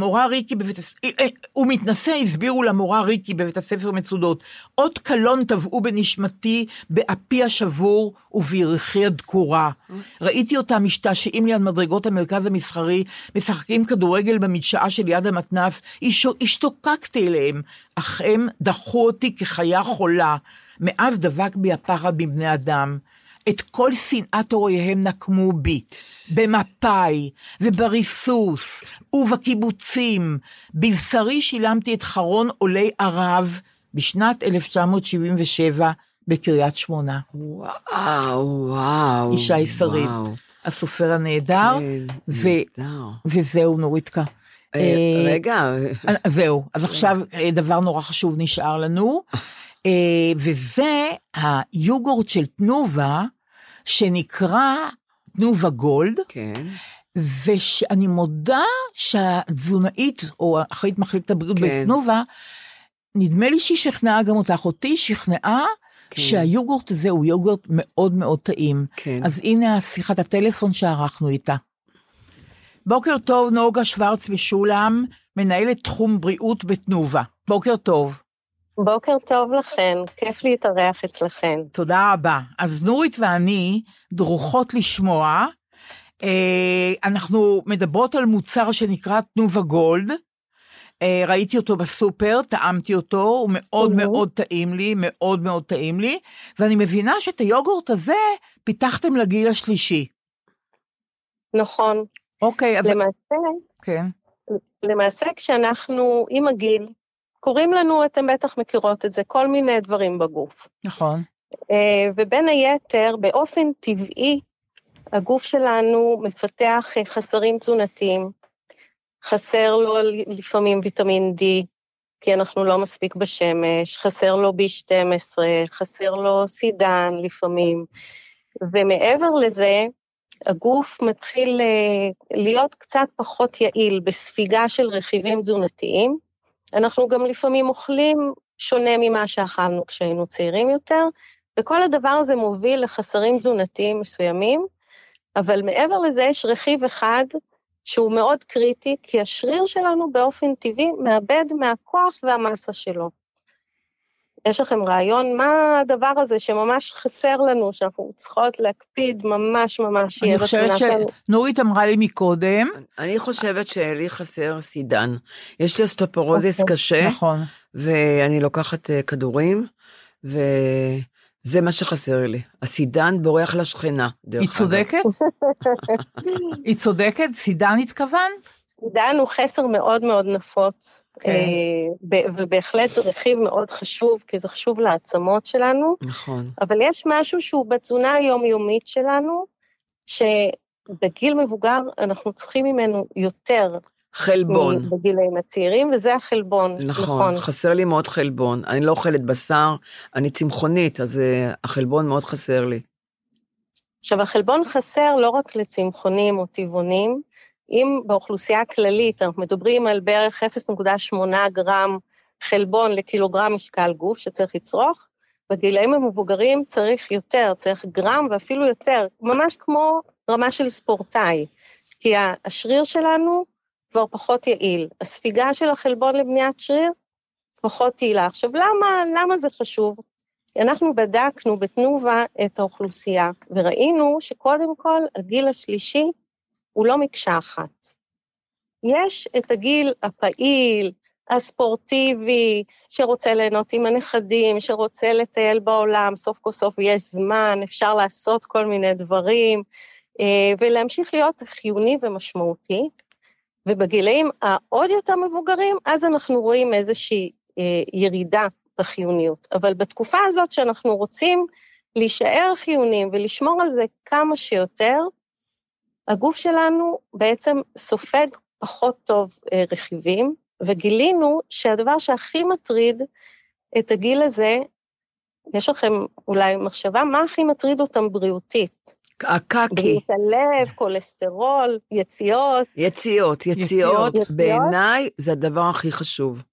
למורה ריקי בבית הספר מצודות, עוד קלון טבעו בנשמתי, באפי השבור ובירכי הדקורה. ראיתי אותם משתעשעים ליד מדרגות המרכז המסחרי, משחקים כדורגל במדשאה של יד המתנ"ס, השתוקקתי אליהם, אך הם דחו אותי כחיה חולה, מאז דבק בי הפחד מבני אדם. את כל שנאת הוריהם נקמו בי, במפאי ובריסוס ובקיבוצים. בבשרי שילמתי את חרון עולי ערב בשנת 1977 בקריית שמונה. וואו. ישי שריד, הסופר הנהדר, וזהו נוריתקה. רגע. זהו, אז עכשיו דבר נורא חשוב נשאר לנו, וזה היוגורט של תנובה, שנקרא תנובה גולד, כן. ואני מודה שהתזונאית, או אחרית מחלקת הבריאות בתנובה, נדמה לי שהיא שכנעה גם אותך, אותי שכנעה, שהיוגורט הזה הוא יוגורט מאוד מאוד טעים. כן. אז הנה שיחת הטלפון שערכנו איתה. בוקר טוב, נוגה שוורץ משולם, מנהלת תחום בריאות בתנובה. בוקר טוב. בוקר טוב לכן, כיף להתארח אצלכן. תודה רבה. אז נורית ואני דרוכות לשמוע, אנחנו מדברות על מוצר שנקרא תנובה גולד, ראיתי אותו בסופר, טעמתי אותו, הוא מאוד מאוד טעים לי, מאוד מאוד טעים לי, ואני מבינה שאת היוגורט הזה פיתחתם לגיל השלישי. נכון. אוקיי, אז... כן. למעשה כשאנחנו עם הגיל, קוראים לנו, אתם בטח מכירות את זה, כל מיני דברים בגוף. נכון. ובין היתר, באופן טבעי, הגוף שלנו מפתח חסרים תזונתיים, חסר לו לפעמים ויטמין D, כי אנחנו לא מספיק בשמש, חסר לו B12, חסר לו סידן לפעמים, ומעבר לזה, הגוף מתחיל להיות קצת פחות יעיל בספיגה של רכיבים תזונתיים, אנחנו גם לפעמים אוכלים שונה ממה שאכלנו כשהיינו צעירים יותר, וכל הדבר הזה מוביל לחסרים תזונתיים מסוימים, אבל מעבר לזה יש רכיב אחד שהוא מאוד קריטי, כי השריר שלנו באופן טבעי מאבד מהכוח והמסה שלו. יש לכם רעיון מה הדבר הזה שממש חסר לנו, שאנחנו צריכות להקפיד ממש ממש. אני חושבת שנורית אמרה לי מקודם. אני חושבת שלי חסר סידן. יש לי אוסטאופורוזיס קשה, נכון. ואני לוקחת כדורים, וזה מה שחסר לי. הסידן בורח לשכנה. היא צודקת? היא צודקת? סידן התכוונת? סידן הוא חסר מאוד מאוד נפוץ, ובהחלט רכיב מאוד חשוב, כי זה חשוב לעצמות שלנו. נכון. אבל יש משהו שהוא בתזונה היומיומית שלנו, שבגיל מבוגר אנחנו צריכים ממנו יותר. חלבון. בגילאים הצעירים, וזה החלבון. נכון, חסר לי מאוד חלבון. אני לא אוכלת בשר, אני צמחונית, אז החלבון מאוד חסר לי. עכשיו, החלבון חסר לא רק לצמחונים או טבעונים, אם באוכלוסייה הכללית אנחנו מדברים על בערך 0.8 גרם חלבון לקילוגרם משקל גוף שצריך לצרוך, בגילאים המבוגרים צריך יותר, צריך גרם ואפילו יותר, ממש כמו רמה של ספורטאי, כי השריר שלנו כבר פחות יעיל, הספיגה של החלבון לבניית שריר פחות יעילה. עכשיו, למה זה חשוב? אנחנו בדקנו בתנובה את האוכלוסייה, וראינו שקודם כל הגיל השלישי הוא לא מקשה אחת. יש את הגיל הפעיל, הספורטיבי, שרוצה ליהנות עם הנכדים, שרוצה לטייל בעולם, סוף כל סוף יש זמן, אפשר לעשות כל מיני דברים, ולהמשיך להיות חיוני ומשמעותי, ובגילאים העוד יותר מבוגרים, אז אנחנו רואים איזושהי ירידה בחיוניות, אבל בתקופה הזאת שאנחנו רוצים להישאר חיוניים ולשמור על זה כמה שיותר, הגוף שלנו בעצם סופג פחות טוב רכיבים, וגילינו שהדבר שהכי מטריד את הגיל הזה, יש לכם אולי מחשבה, מה הכי מטריד אותם בריאותית? הקקי. בריאות הלב, כולסטרול, יציאות. יציאות, בעיניי זה הדבר הכי חשוב.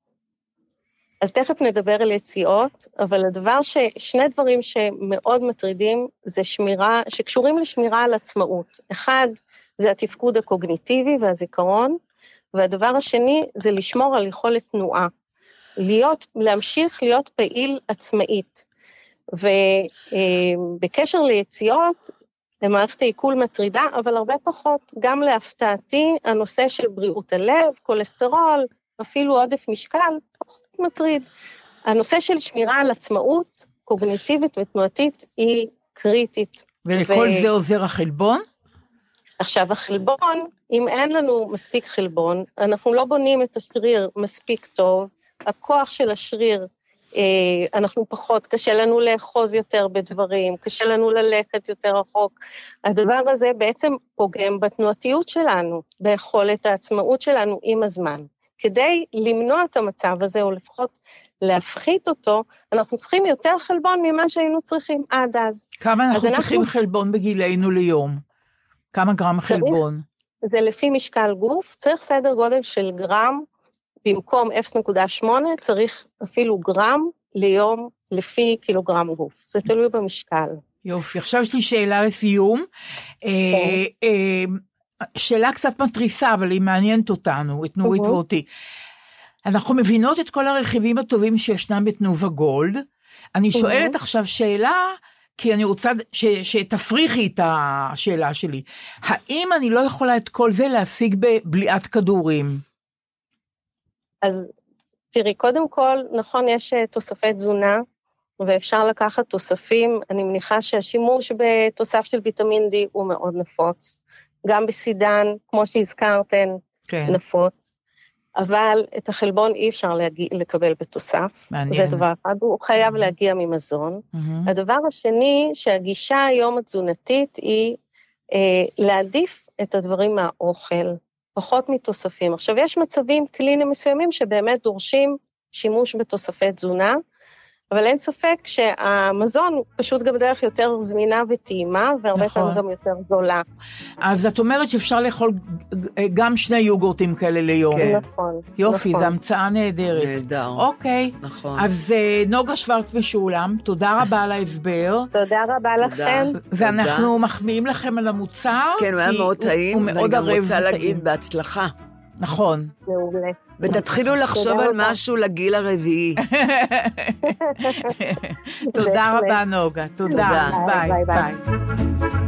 אז תכף נדבר על יציאות, אבל שני דברים שמאוד מטרידים, זה שמירה, שקשורים לשמירה על עצמאות. אחד, זה התפקוד הקוגניטיבי והזיכרון, והדבר השני, זה לשמור על יכולת תנועה. להמשיך להיות פעיל עצמאית. ובקשר ליציאות, למערכת העיכול מטרידה, אבל הרבה פחות, גם להפתעתי, הנושא של בריאות הלב, כולסטרול, אפילו עודף משקל, פחות מטריד. הנושא של שמירה על עצמאות, קוגניטיבית ותנועתית, היא קריטית. ולכל זה עוזר החלבון? עכשיו, החלבון, אם אין לנו מספיק חלבון, אנחנו לא בונים את השריר מספיק טוב, הכוח של השריר, אנחנו פחות, קשה לנו לאחוז יותר בדברים, קשה לנו ללכת יותר רחוק. הדבר הזה בעצם פוגם בתנועתיות שלנו, ביכולת העצמאות שלנו עם הזמן. כדי למנוע את המצב הזה, או לפחות להפחית אותו, אנחנו צריכים יותר חלבון ממה שהיינו צריכים עד אז. כמה אנחנו צריכים חלבון בגילנו ליום? כמה גרם חלבון? זה לפי משקל גוף, צריך סדר גודל של גרם, במקום 0.8 צריך אפילו גרם ליום לפי קילוגרם גוף. זה תלוי במשקל. יופי, עכשיו יש לי שאלה לסיום. שאלה קצת מטריסה, אבל היא מעניינת אותנו, את נורית ואותי. אנחנו מבינות את כל הרכיבים הטובים שישנם בתנובה גולד. אני שואלת עכשיו שאלה, כי אני רוצה שתפריכי את השאלה שלי. האם אני לא יכולה את כל זה להשיג בבליעת כדורים? אז תראי, קודם כל, נכון, יש תוספי תזונה, ואפשר לקחת תוספים, אני מניחה שהשימוש בתוסף של ויטמין D הוא מאוד נפוץ, גם בסידן, כמו שהזכרתן, נפוץ, אבל את החלבון אי אפשר לקבל בתוסף, זה דבר אחד, הוא חייב להגיע ממזון. הדבר השני, שהגישה היום התזונתית היא להעדיף את הדברים מהאוכל, פחות מתוספים. עכשיו, יש מצבים קליניים מסוימים שבאמת דורשים שימוש בתוספי תזונה, אבל אין ספק שהמזון פשוט גם בדרך יותר זמינה וטעימה, והרבה פעמים גם יותר זולה. אז את אומרת שאפשר לאכול גם 2 יוגורטים כאלה ליום. נכון. יופי, זו המצאה נהדרת. נהדר. אוקיי. נכון. אז נוגה שוורץ משולם, תודה רבה על ההסבר. תודה רבה לכם. ואנחנו מחמיאים לכם על המוצר. כן, הוא היה מאוד טעים, ואני גם רוצה להגיד בהצלחה. נכון. מעולה. ותתחילו לחשוב על משהו לגיל הרביעי. תודה רבה נוגה, תודה, ביי ביי.